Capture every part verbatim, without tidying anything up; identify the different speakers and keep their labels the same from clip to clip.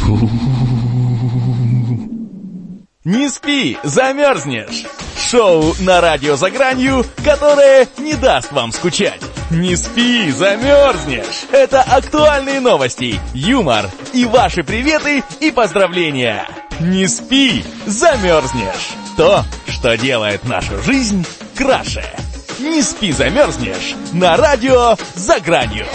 Speaker 1: Не спи, замерзнешь! Шоу на радио «За гранью», которое не даст вам скучать. Не спи, замерзнешь! Это актуальные новости, юмор и ваши приветы и поздравления. Не спи, замерзнешь! То, что делает нашу жизнь краше. Не спи, замерзнешь! На радио «За гранью».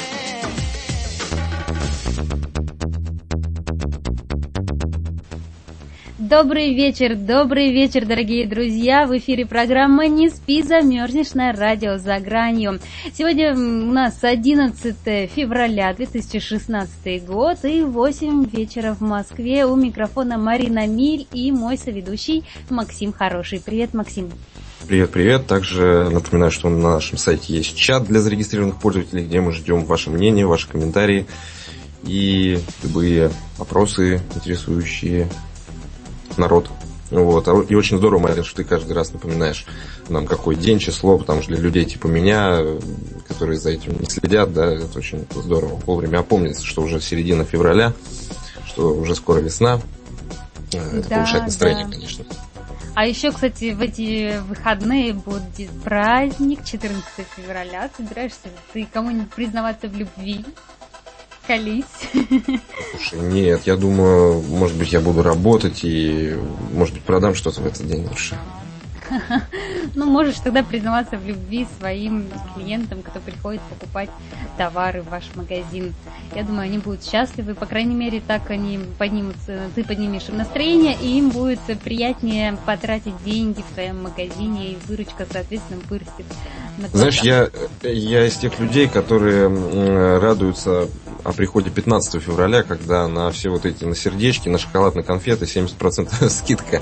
Speaker 2: Добрый вечер, добрый вечер, дорогие друзья! В эфире программа «Не спи, замерзнешь» на радио «За гранью». Сегодня у нас одиннадцатое февраля две тысячи шестнадцатый год и восемь вечера в Москве. У микрофона Марина Миль и мой соведущий Максим Хороший. Привет, Максим!
Speaker 3: Привет, привет. Также напоминаю, что на нашем сайте есть чат для зарегистрированных пользователей, где мы ждем ваше мнение, ваши комментарии и любые вопросы, интересующие народ. Вот. И очень здорово, Марин, что ты каждый раз напоминаешь нам, какой день, число, потому что для людей типа меня, которые за этим не следят, да, это очень здорово вовремя опомниться, что уже середина февраля, что уже скоро весна. Это
Speaker 2: да,
Speaker 3: повышает настроение,
Speaker 2: да.
Speaker 3: конечно.
Speaker 2: А еще, кстати, в эти выходные будет праздник, четырнадцатое февраля. Собираешься ты кому-нибудь признаваться в любви? Колись.
Speaker 3: Слушай, нет, я думаю, может быть, я буду работать и, может быть, продам что-то в этот день лучше.
Speaker 2: Ну, можешь тогда признаваться в любви своим клиентам, кто приходит покупать товары в ваш магазин. Я думаю, они будут счастливы, по крайней мере, так они поднимутся, ты поднимешь им настроение, и им будет приятнее потратить деньги в твоем магазине, и выручка, соответственно, вырастет.
Speaker 3: Знаешь, я, я из тех людей, которые радуются о приходе пятнадцатого февраля, когда на все вот эти, на сердечки, на шоколад, на конфеты семьдесят процентов скидка.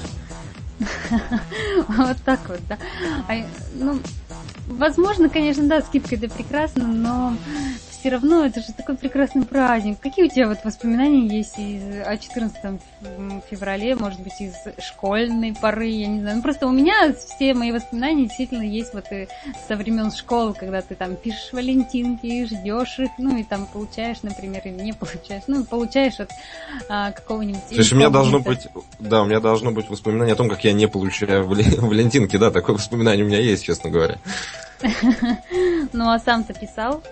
Speaker 2: Вот так вот, да. А, ну, возможно, конечно, да, скидка это прекрасно, но все равно это же такой прекрасный праздник. Какие у тебя вот воспоминания есть из, о четырнадцатом феврале, может быть, из школьной поры, я не знаю. Ну, просто у меня все мои воспоминания действительно есть вот и со времен школы, когда ты там пишешь валентинки, ждешь их, ну и там получаешь, например, или не получаешь, ну, получаешь от а, какого-нибудь...
Speaker 3: То есть у меня должно быть, да, у меня должно быть воспоминание о том, как я не получаю валентинки, да, такое воспоминание у меня есть, честно говоря.
Speaker 2: Ну, а сам-то писал?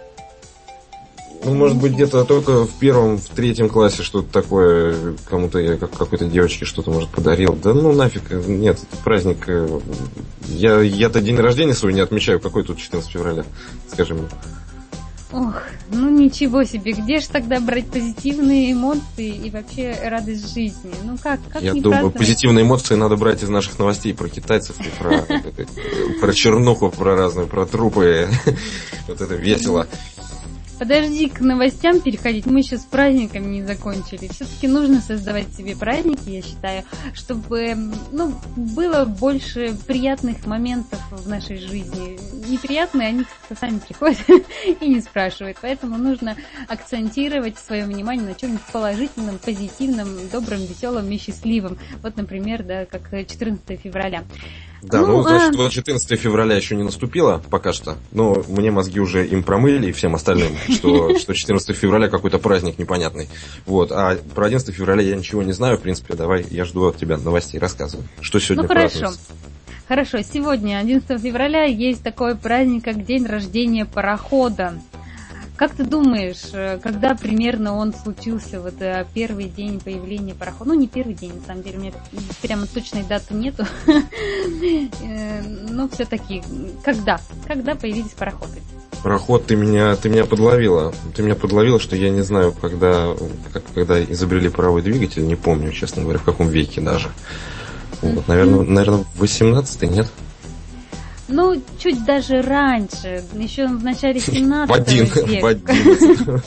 Speaker 3: Ну, может быть, где-то только в первом, в третьем классе что-то такое, кому-то я, как какой-то девочке что-то, может, подарил. Да ну нафиг, нет, это праздник. Я, я-то день рождения свой не отмечаю, какой тут четырнадцатого февраля, скажи мне.
Speaker 2: Ох, ну ничего себе, где же тогда брать позитивные эмоции и вообще радость жизни? Ну как, как
Speaker 3: Я
Speaker 2: не
Speaker 3: думаю,
Speaker 2: праздновать?
Speaker 3: позитивные эмоции надо брать из наших новостей про китайцев и про, про чернуху, про разные, про трупы. Вот это весело.
Speaker 2: Подожди к новостям переходить, мы еще с праздниками не закончили. Все-таки нужно создавать себе праздники, я считаю, чтобы ну, было больше приятных моментов в нашей жизни. Неприятные, они как-то сами приходят и не спрашивают. Поэтому нужно акцентировать свое внимание на чем-нибудь положительном, позитивном, добром, веселом и счастливом. Вот, например, да, как четырнадцатое февраля.
Speaker 3: Да, ну, ну значит, вот четырнадцатого февраля еще не наступило пока что, но мне мозги уже им промыли и всем остальным, что, что четырнадцатого февраля какой-то праздник непонятный. Вот, а про одиннадцатого февраля я ничего не знаю, в принципе, давай, я жду от тебя новостей, рассказывай, что сегодня
Speaker 2: ну, хорошо.
Speaker 3: празднуется.
Speaker 2: Хорошо, сегодня, одиннадцатого февраля, есть такой праздник, как день рождения парохода. Как ты думаешь, когда примерно он случился, вот первый день появления парохода? Ну, не первый день, на самом деле, у меня прямо точной даты нету. Но все-таки, когда? Когда появились пароходы?
Speaker 3: Пароход, ты меня, ты меня подловила. Ты меня подловила, что я не знаю, когда, как, когда изобрели паровой двигатель, не помню, честно говоря, в каком веке даже. Вот, наверное, наверное, в восемнадцатый, нет?
Speaker 2: Ну, чуть даже раньше, еще в начале семнадцатого века.
Speaker 3: В одиннадцатом.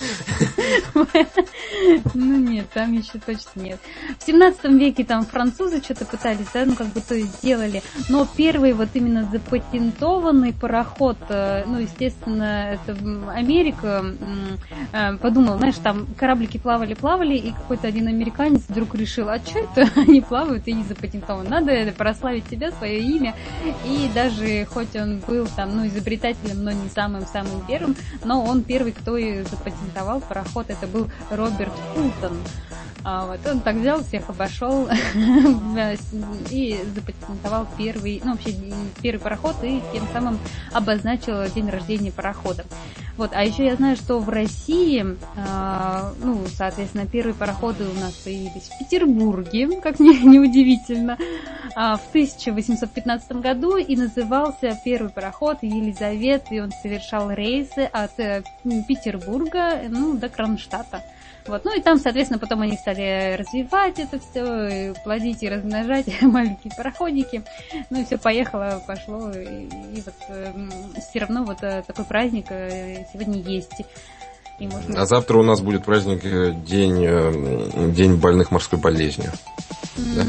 Speaker 2: Ну нет, там еще точно нет. В семнадцатом веке там французы что-то пытались, да, ну как бы то и сделали. Но первый вот именно запатентованный пароход, ну, естественно, это Америка подумала, знаешь, там кораблики плавали-плавали, и какой-то один американец вдруг решил, а что это они плавают и не запатентованы? Надо прославить себя, свое имя, и даже хоть он был там, ну, изобретателем, но не самым-самым первым, но он первый, кто и запатентовал пароход. пароход, это был Роберт Фултон. А вот он так взял, всех обошел и запатентовал первый, ну, вообще первый пароход и тем самым обозначил день рождения парохода. Вот, а еще я знаю, что в России, э, ну, соответственно, первые пароходы у нас появились в Петербурге, как ни, неудивительно, э, в тысяча восемьсот пятнадцатом году, и назывался первый пароход Елизавет, и он совершал рейсы от э, Петербурга, ну, до Кронштадта. Вот, ну и там, соответственно, потом они стали развивать это все, плодить и размножать маленькие пароходики. Ну и все поехало, пошло, и, и вот э, все равно вот э, такой праздник э, сегодня есть. И можно...
Speaker 3: А завтра у нас будет праздник э, день, э, день больных морской болезнью. Да?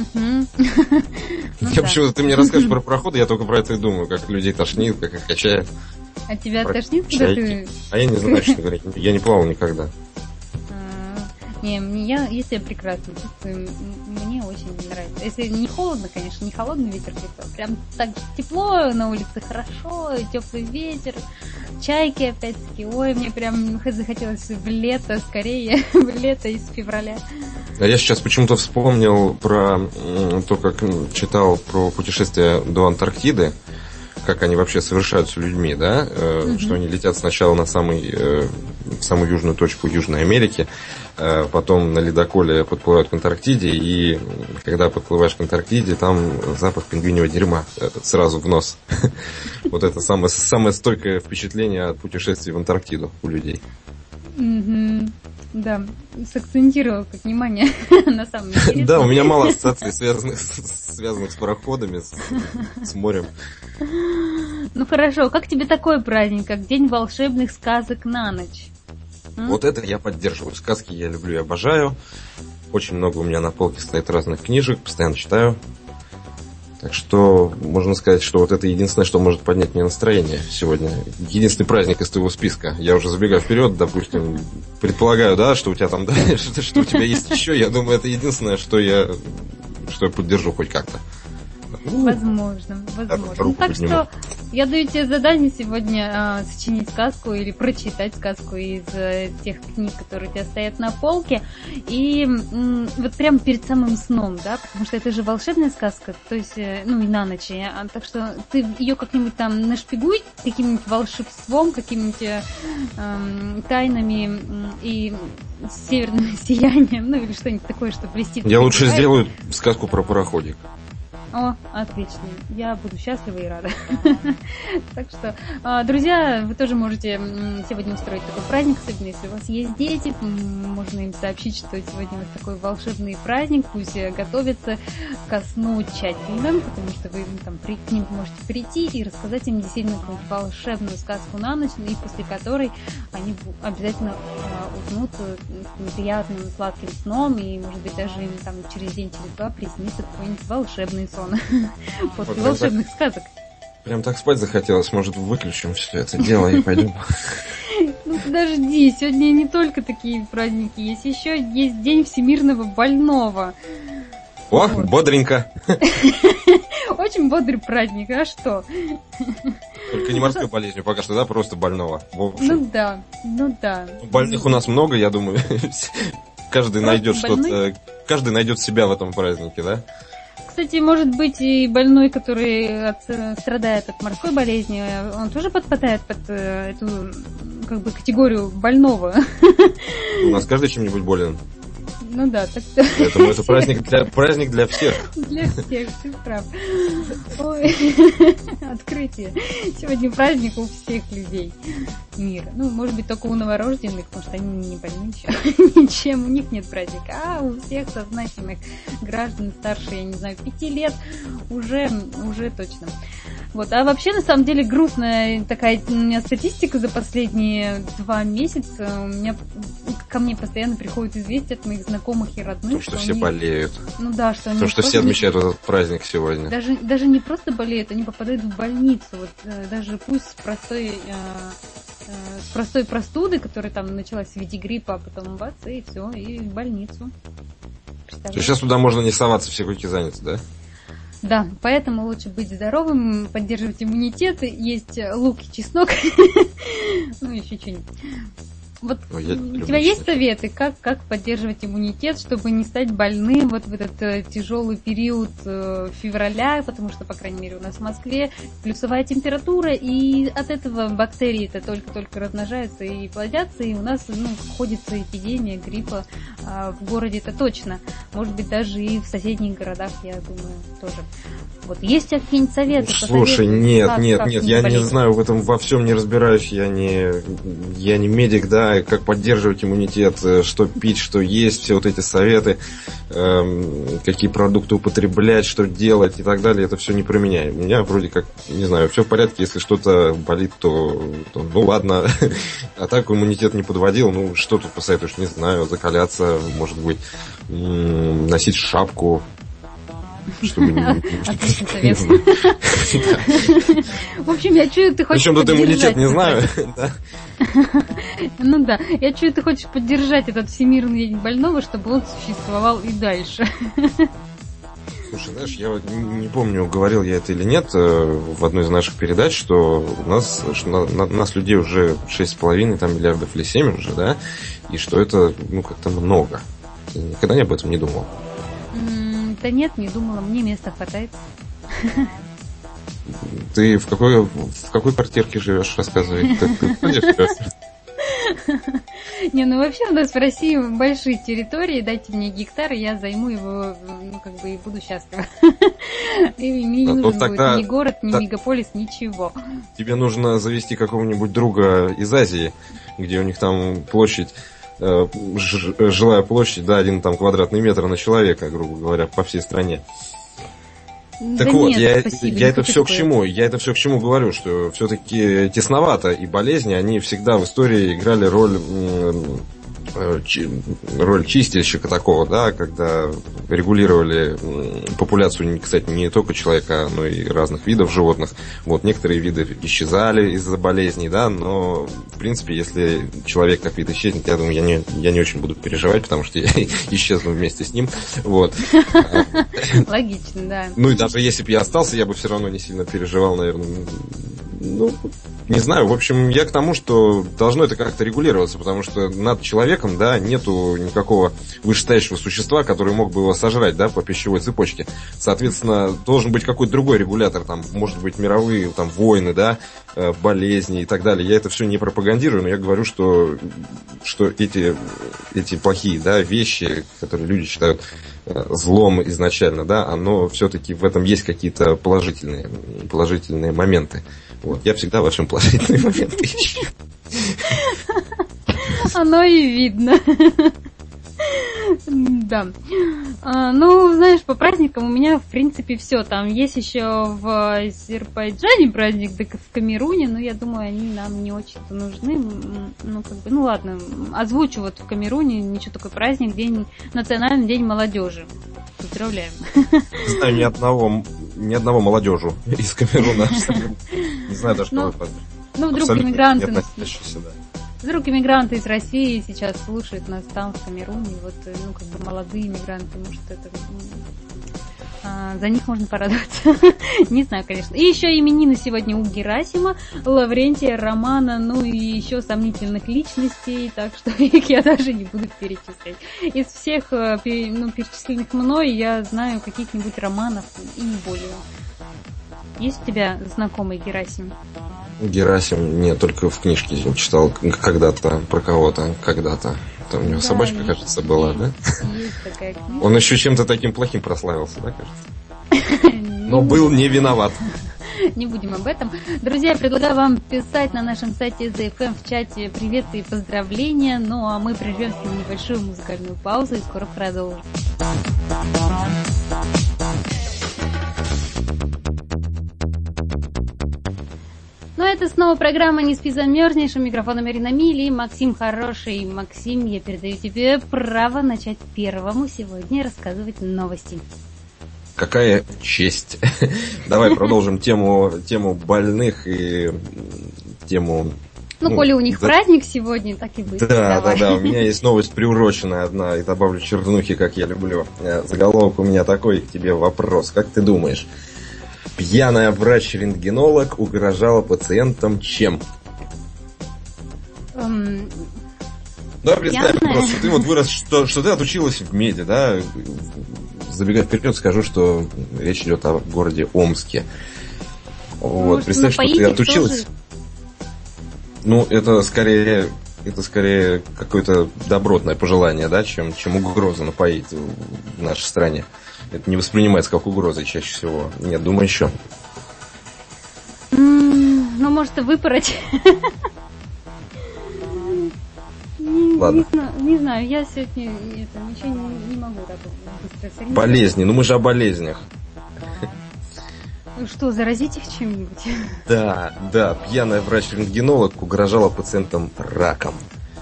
Speaker 3: Я почему-то, ты мне расскажешь про пароходы, я только про это и думаю, как людей тошнит, как их качает.
Speaker 2: А тебя тошнит, когда ты...
Speaker 3: А я не знаю, что говорить, я не плавал никогда.
Speaker 2: Не, я, я себя прекрасно чувствую, мне очень нравится. Если не холодно, конечно, не холодный ветер, прям так тепло, на улице хорошо, теплый ветер, чайки опять-таки, ой, мне прям захотелось в лето скорее, в лето из февраля.
Speaker 3: А я сейчас почему-то вспомнил про то, как читал про путешествия до Антарктиды, как они вообще совершаются людьми, да, mm-hmm. что они летят сначала на самый, в самую южную точку Южной Америки, потом на ледоколе подплывают к Антарктиде, и когда подплываешь к Антарктиде, там запах пингвиньего дерьма сразу в нос. Вот это самое, самое стойкое впечатление от путешествий в Антарктиду у людей.
Speaker 2: Да, сакцентировал как внимание на самом деле.
Speaker 3: Да, у меня мало ассоциаций, связанных, связанных с пароходами, с, с морем.
Speaker 2: Ну хорошо, как тебе такой праздник, как День волшебных сказок на ночь? М?
Speaker 3: Вот это я поддерживаю. Сказки я люблю и обожаю. Очень много у меня на полке стоит разных книжек, постоянно читаю. Так что можно сказать, что вот это единственное, что может поднять мне настроение сегодня. Единственный праздник из твоего списка. Я уже забегаю вперед, допустим, предполагаю, да, что у тебя там, да, что, что у тебя есть еще. Я думаю, это единственное, что я, что я поддержу хоть как-то.
Speaker 2: Возможно, возможно. Ну, так что я даю тебе задание сегодня э, сочинить сказку или прочитать сказку из э, тех книг, которые у тебя стоят на полке. И э, вот прямо перед самым сном, да, потому что это же волшебная сказка, то есть, э, ну и на ночь. А, так что ты ее как-нибудь там нашпигуй каким-нибудь волшебством, какими-нибудь э, э, тайнами э, и северным сиянием, ну или что-нибудь такое, что блестит.
Speaker 3: Я лучше сделаю сказку про пароходик.
Speaker 2: О, отлично. Я буду счастлива и рада. Так что, друзья, вы тоже можете сегодня устроить такой праздник, особенно если у вас есть дети. Можно им сообщить, что сегодня у вас такой волшебный праздник. Пусть готовятся ко сну тщательно, потому что вы там к ним можете прийти и рассказать им действительно какую-то волшебную сказку на ночь, и после которой они обязательно уснут приятным, сладким сном, и, может быть, даже им там через день, через два приснится какой-нибудь волшебный сон. После вот волшебных так, сказок.
Speaker 3: Прям так спать захотелось. Может, выключим все это дело и пойдем.
Speaker 2: Ну подожди, сегодня не только такие праздники есть, еще есть День всемирного больного.
Speaker 3: О, вот. Бодренько.
Speaker 2: Очень бодрый праздник, а что?
Speaker 3: Только не морской болезнью пока что, да, просто больного.
Speaker 2: Ну да, ну да.
Speaker 3: Больных у нас много, я думаю. Каждый найдет что-то, каждый найдет себя в этом празднике, да?
Speaker 2: Кстати, может быть, и больной, который от, страдает от морской болезни, он тоже подпадает под эту как бы категорию больного.
Speaker 3: У нас каждый чем-нибудь болен.
Speaker 2: Ну да, так
Speaker 3: поэтому это праздник для, праздник для всех.
Speaker 2: Для всех, ты прав. Ой, открытие. Сегодня праздник у всех людей мира. Ну, может быть, только у новорожденных, потому что они не больны еще ничем, у них нет праздника. А у всех сознательных граждан старше, я не знаю, пяти лет уже, уже точно. Вот. А вообще, на самом деле, грустная такая у меня статистика за последние два месяца. У меня ко мне постоянно приходят известия от моих знакомых и родных.
Speaker 3: То, что, что все они... болеют.
Speaker 2: Ну да, что они
Speaker 3: То, что все отмечают этот праздник сегодня.
Speaker 2: Даже, даже не просто болеют, они попадают в больницу. Вот даже пусть с простой, э, э, с простой простуды, которая там началась в виде гриппа, а потом бац, и все, и в больницу.
Speaker 3: То есть сейчас туда можно не соваться, все руки заняты, да?
Speaker 2: Да, поэтому лучше быть здоровым, поддерживать иммунитет, есть лук и чеснок, ну еще что-нибудь. Вот
Speaker 3: я
Speaker 2: у тебя есть советы, как, как поддерживать иммунитет, чтобы не стать больным вот в этот э, тяжелый период э, февраля, потому что, по крайней мере, у нас в Москве плюсовая температура, и от этого бактерии-то только-только размножаются и плодятся, и у нас ну, входится эпидемия гриппа э, в городе, это точно. Может быть, даже и в соседних городах, я думаю, тоже. Вот есть какие-нибудь советы?
Speaker 3: Слушай, нет,
Speaker 2: как,
Speaker 3: нет,
Speaker 2: как
Speaker 3: нет,
Speaker 2: не
Speaker 3: я
Speaker 2: болеть?
Speaker 3: не знаю, в этом во всем не разбираюсь, я не, я не медик, да, как поддерживать иммунитет, что пить, что есть, все вот эти советы, эм, какие продукты употреблять, что делать и так далее, это все не про меня. У меня вроде как, не знаю, все в порядке, если что-то болит, то, то ну ладно, а так иммунитет не подводил, ну что тут посоветуешь, не знаю, закаляться, может быть, м- носить шапку, чтобы не...
Speaker 2: Отличный совет. В общем, я чую, ты хочешь
Speaker 3: Причем тут иммунитет, не знаю.
Speaker 2: Ну да, я чую, ты хочешь поддержать этот всемирный день больного, чтобы он существовал и дальше.
Speaker 3: Слушай, знаешь, я вот не помню, говорил я это или нет в одной из наших передач, что у нас, что на, на, нас людей уже шесть с половиной там, миллиардов или семь уже, да, и что это, ну, как-то много. Ты никогда об этом не думал?
Speaker 2: Да нет, не думала, мне места хватает.
Speaker 3: Ты в какой, в какой квартирке живешь, рассказывай? Ты, ты
Speaker 2: Не, ну вообще у нас в России большие территории, дайте мне гектар, и я займу его, ну как бы и буду счастлива. И мне не нужен будет ни город, ни мегаполис, ничего.
Speaker 3: Тебе нужно завести какого-нибудь друга из Азии, где у них там площадь, жилая площадь, да, один там квадратный метр на человека, грубо говоря, по всей стране. Так да вот, нет, я, спасибо, я это все такое. к чему? Я это все к чему говорю, что все-таки тесновато, и болезни, они всегда в истории играли роль, роль чистильщика такого, да, когда регулировали популяцию, кстати, не только человека, но и разных видов животных. Вот, некоторые виды исчезали из-за болезней, да, но, в принципе, если человек как вид исчезнет, я думаю, я не, я не очень буду переживать, потому что я исчезну вместе с ним, вот.
Speaker 2: Логично, да.
Speaker 3: Ну и даже если бы я остался, я бы все равно не сильно переживал, наверное. Ну, не знаю, в общем, я к тому, что должно это как-то регулироваться, потому что над человеком, да, нету никакого вышестоящего существа, который мог бы его сожрать, да, по пищевой цепочке. Соответственно, должен быть какой-то другой регулятор, там, может быть, мировые, там, войны, да, болезни и так далее. Я это все не пропагандирую, но я говорю, что, что эти, эти плохие, да, вещи, которые люди считают злом изначально, да, оно все-таки в этом есть какие-то положительные, положительные моменты. Вот. Я всегда во всем положительные моменты ищу.
Speaker 2: Оно и видно. Да. А, ну, знаешь, по праздникам у меня, в принципе, все. Там есть еще в Азербайджане праздник, да в Камеруне, но я думаю, они нам не очень-то нужны. Ну, как бы, ну ладно, озвучу вот в Камеруне, ничего такой праздник, день, национальный день молодежи. Поздравляем. Не
Speaker 3: знаю ни одного, ни одного молодежи из Камеруна. Не знаю даже,
Speaker 2: ну,
Speaker 3: кого
Speaker 2: Ну, вдруг иммигранты нас... Вдруг иммигранты из России сейчас слушают нас там, в Камеруне, вот, ну, как бы молодые иммигранты, может, это... А, за них можно порадоваться. Не знаю, конечно. И еще именины сегодня у Герасима, Лаврентия, Романа, ну и еще сомнительных личностей, так что их я даже не буду перечислять. Из всех ну, перечисленных мной я знаю каких-нибудь Романов и не более. Есть у тебя знакомый Герасим?
Speaker 3: Герасим, нет, только в книжке читал когда-то про кого-то, когда-то. Там у него да, собачка, есть, кажется, была, есть, да?
Speaker 2: Есть такая книжка.
Speaker 3: Он еще чем-то таким плохим прославился, да, кажется? Но был не виноват.
Speaker 2: Не будем об этом. Друзья, я предлагаю вам писать на нашем сайте зе эф эм в чате приветы и поздравления. Ну, а мы прервемся на небольшую музыкальную паузу и скоро продолжим. Ну, это снова программа «Не спи, замерзнешь». У микрофона Марина Мили, Максим Хороший. Максим, я передаю тебе право начать первому сегодня рассказывать новости.
Speaker 3: Какая честь. Давай продолжим тему, тему больных и тему...
Speaker 2: Ну, ну, коли у них да, праздник сегодня, так и будет.
Speaker 3: Да, давай. да, да, у меня есть новость приуроченная одна, и добавлю чернухи, как я люблю. Заголовок у меня такой к тебе вопрос. Как ты думаешь, пьяная врач-рентгенолог угрожала пациентам чем?
Speaker 2: Эм,
Speaker 3: Да, представь просто, что ты вот вырос, что, что ты отучилась в меди, да? Забегая вперед, скажу, что речь идет о городе Омске. Вот, может, представь, что ты отучилась. Тоже? Ну, это скорее, это скорее какое-то добротное пожелание, да, чем, чем угроза напоить в нашей стране. Это не воспринимается как угроза чаще всего. Нет, думаю, еще.
Speaker 2: Mm, ну, может, и выпороть.
Speaker 3: Ладно.
Speaker 2: Не, не, не знаю, я сегодня это, ничего не, не могу так быстро сориентировать.
Speaker 3: Болезни, ну мы же о болезнях.
Speaker 2: Что, заразить их чем-нибудь?
Speaker 3: Да, да, пьяная врач-рентгенолог угрожала пациентам раком.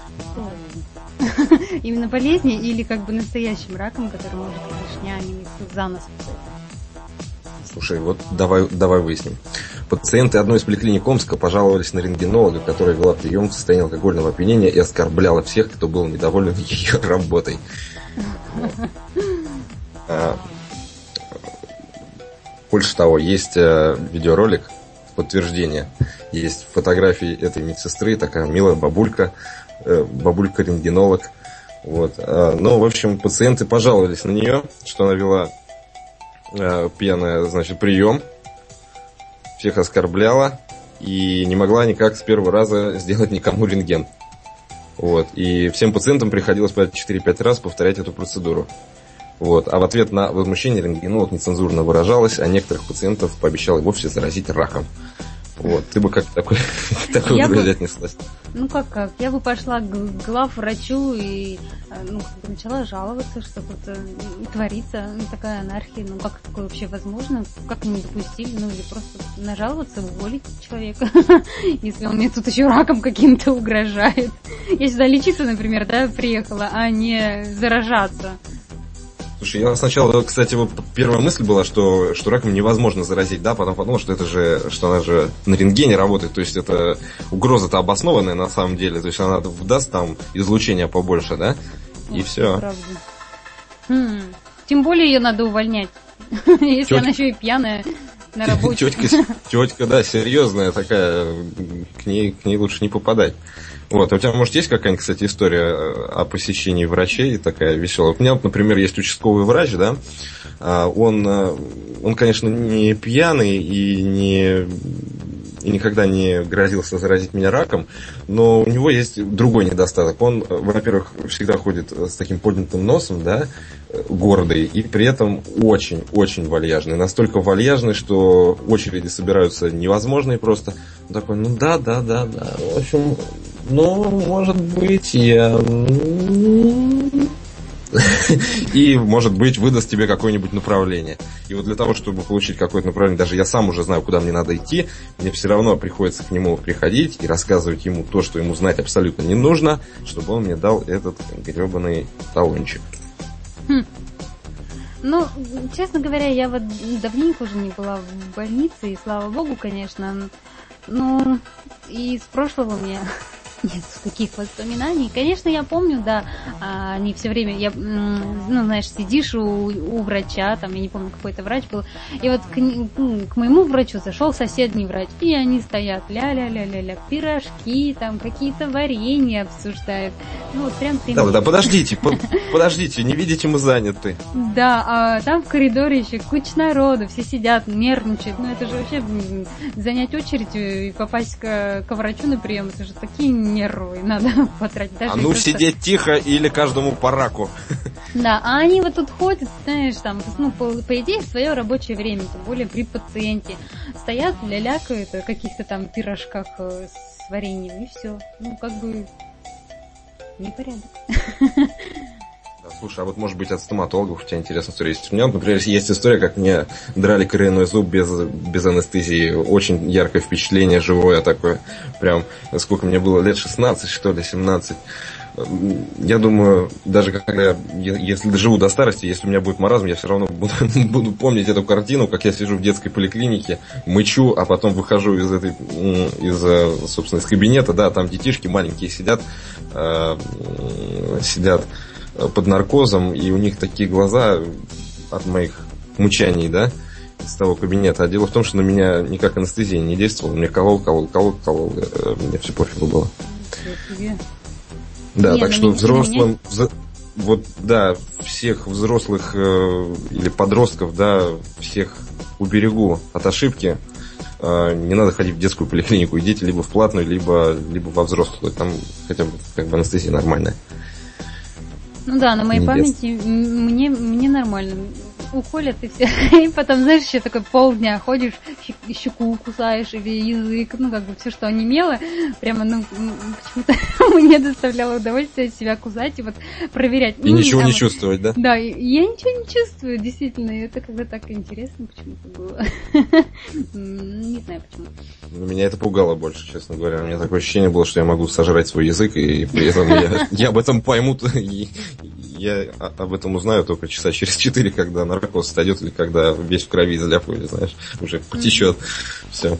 Speaker 2: Именно болезни или как бы настоящим раком, который может клешнями за нос?
Speaker 3: Слушай, вот давай, давай выясним. Пациенты одной из поликлиник Омска пожаловались на рентгенолога, которая вела прием в состоянии алкогольного опьянения и оскорбляла всех, кто был недоволен ее работой. Больше того, есть видеоролик подтверждения. Есть фотографии этой медсестры, такая милая бабулька, бабулька-рентгенолог. Вот. Ну, в общем, пациенты пожаловались на нее, что она вела пьяная, значит, прием, всех оскорбляла и не могла никак с первого раза сделать никому рентген. Вот. И всем пациентам приходилось по четыре-пять раз повторять эту процедуру. Вот. А в ответ на возмущение рентгенолог нецензурно выражалась, а некоторых пациентов пообещала и вовсе заразить раком. Вот. Ты бы как такой, такой угрозе отнеслась?
Speaker 2: Ну как как? Я бы пошла к главврачу и ну, как бы начала жаловаться, что тут творится ну, такая анархия. Ну как такое вообще возможно? Как они допустили? Ну или просто нажаловаться, уволить человека, если он мне тут еще раком каким-то угрожает. Я сюда лечиться, например, да, приехала, а не заражаться.
Speaker 3: Слушай, я сначала, кстати, вот первая мысль была, что, что раком невозможно заразить, да, потом подумал, что это же, что она же на рентгене работает, то есть это угроза-то обоснованная на самом деле, то есть она даст там излучение побольше, да, и вот все. Правда.
Speaker 2: Хм. Тем более ее надо увольнять, если Тетя... она еще и пьяная на работе.
Speaker 3: Тетка, тетка, да, серьезная такая, к ней, к ней лучше не попадать. Вот, а у тебя, может, есть какая-нибудь, кстати, история о посещении врачей такая веселая? У меня, вот, например, есть участковый врач, да, он, он, конечно, не пьяный и не... и никогда не грозился заразить меня раком, но у него есть другой недостаток. Он, во-первых, всегда ходит с таким поднятым носом, да, гордый, и при этом очень-очень вальяжный. Настолько вальяжный, что очереди собираются невозможные просто. Он такой, ну да, да, да, да. В общем, ну, может быть, я... И, может быть, выдаст тебе какое-нибудь направление. И вот для того, чтобы получить какое-то направление, даже я сам уже знаю, куда мне надо идти, мне все равно приходится к нему приходить и рассказывать ему то, что ему знать абсолютно не нужно, чтобы он мне дал этот гребаный талончик.
Speaker 2: Хм. Ну, честно говоря, я вот давненько уже не была в больнице, и слава богу, конечно. Ну, и с прошлого у меня... нет таких воспоминаний. Конечно, я помню, да, они все время, я, ну, знаешь, сидишь у, у врача, там, я не помню, какой-то врач был, и вот к, к моему врачу зашел соседний врач, и они стоят, ля-ля-ля-ля-ля, пирожки, там, какие-то варенья обсуждают. Ну, вот прям пример.
Speaker 3: Да, да, подождите, подождите, не видите, мы заняты.
Speaker 2: Да, а там в коридоре еще куча народу, все сидят, нервничают, ну, это же вообще занять очередь и попасть к, к врачу на прием, это же такие нервы надо потратить. Даже
Speaker 3: а ну просто... сидеть тихо или каждому по раку.
Speaker 2: Да, а они вот тут ходят, знаешь, там, ну, по, по идее, в свое рабочее время, тем более при пациенте. Стоят, лялякают о каких-то там пирожках с вареньем, и все. Ну, как бы, непорядок.
Speaker 3: Да, слушай, а вот, может быть, от стоматологов у тебя интересная история есть? У меня, например, есть история, как мне драли коренной зуб без, без анестезии. Очень яркое впечатление, живое такое. Прям, сколько мне было, лет шестнадцать, что ли, семнадцать. Я думаю, даже когда я, если доживу до старости, если у меня будет маразм, я все равно буду, буду помнить эту картину, как я сижу в детской поликлинике, мычу, а потом выхожу из этой, из, собственно, из кабинета, да, там детишки маленькие сидят, э, сидят под наркозом, и у них такие глаза от моих мучаний, да, из того кабинета. А дело в том, что на меня никак анестезия не действовала. Мне колол, колол, колол, колол. Мне все пофигу было. Да,
Speaker 2: Не,
Speaker 3: так
Speaker 2: ну,
Speaker 3: что
Speaker 2: меня-
Speaker 3: взрослым...
Speaker 2: меня-
Speaker 3: взро- Вот, да, всех взрослых э, или подростков, да, всех уберегу от ошибки. Э, не надо ходить в детскую поликлинику. Идите либо в платную, либо, либо во взрослую. Там хотя бы как бы анестезия нормальная.
Speaker 2: Ну да, на моей
Speaker 3: Не
Speaker 2: памяти м- мне, мне нормально. Уколят и все. И потом, знаешь, еще такой полдня ходишь, щек- щеку кусаешь или язык, ну как бы все, что онемело, прямо, ну, м, почему-то мне доставляло удовольствие себя кусать и вот проверять.
Speaker 3: И
Speaker 2: М,
Speaker 3: ничего
Speaker 2: а
Speaker 3: не
Speaker 2: вот-
Speaker 3: чувствовать, да?
Speaker 2: Да, и я ничего не чувствую, действительно, и это когда так интересно почему-то было. М, Не знаю почему.
Speaker 3: Ну, меня это пугало больше, честно говоря. У меня такое ощущение было, что я могу сожрать свой язык, и при этом я, я об этом пойму, и я о- об этом узнаю только часа через четыре, когда наркоз сойдет, или когда весь в крови заляпаю, знаешь, уже потечет. Все.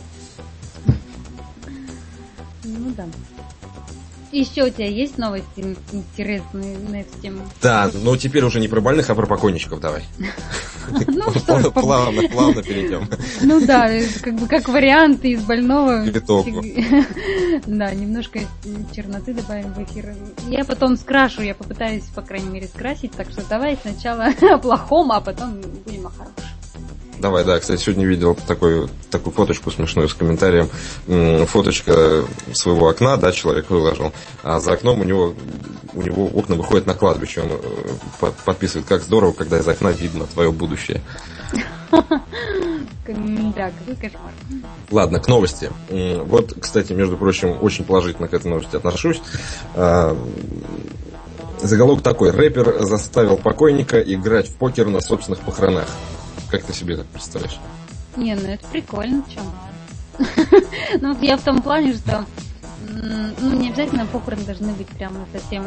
Speaker 2: Ну да. Еще у тебя есть новости интересные на эту тему?
Speaker 3: Да, но теперь уже не про больных, а про покойничков давай.
Speaker 2: Ну что ж, по-
Speaker 3: Плавно, плавно перейдем.
Speaker 2: Ну да, это как бы как вариант из больного.
Speaker 3: Литовку.
Speaker 2: Да, немножко черноты добавим в эфир. Я потом скрашу, я попытаюсь, по крайней мере, скрасить, так что давай сначала о плохом, а потом будем о хорошем.
Speaker 3: Давай, да, кстати, сегодня видел такой, такую фоточку смешную с комментарием. М, Фоточка своего окна, да, человек выложил, а за окном у него, у него окна выходят на кладбище. Он э, по- подписывает, как здорово, когда из окна видно твое будущее.
Speaker 2: Да, какой кошмар.
Speaker 3: Ладно, к новости. М, Вот, кстати, между прочим, очень положительно к этой новости отношусь. А, Заголовок такой. Рэпер заставил покойника играть в покер на собственных похоронах. Как ты себе это представляешь?
Speaker 2: Не, ну это прикольно, в чем. Ну, я в том плане, что м, ну, не обязательно похороны должны быть прямо совсем...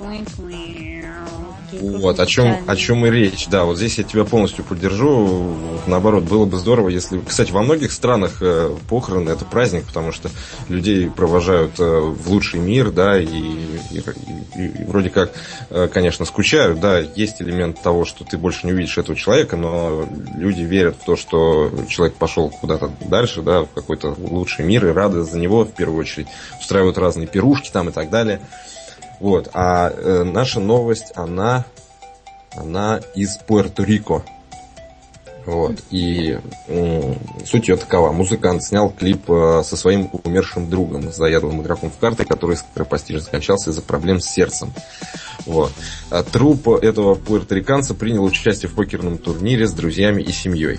Speaker 3: Вот, о чем, о чем и речь. Да, вот здесь я тебя полностью поддержу. Наоборот, было бы здорово, если... Кстати, во многих странах э, похороны — это праздник, потому что людей провожают э, в лучший мир, да, и, и, и, и вроде как, э, конечно, скучают, да, есть элемент того, что ты больше не увидишь этого человека, но люди верят в то, что человек пошел куда-то дальше, да, в какой-то лучший мир, и рады за него, в первую очередь, устраивают разные пирушки там и так далее. Вот, а э, наша новость, она, она из Пуэрто-Рико. Вот, и э, суть ее такова. Музыкант снял клип э, со своим умершим другом, заядлым игроком в карты, который скоропостижно скончался из-за проблем с сердцем. Вот. А труп этого пуэрториканца принял участие в покерном турнире с друзьями и семьей.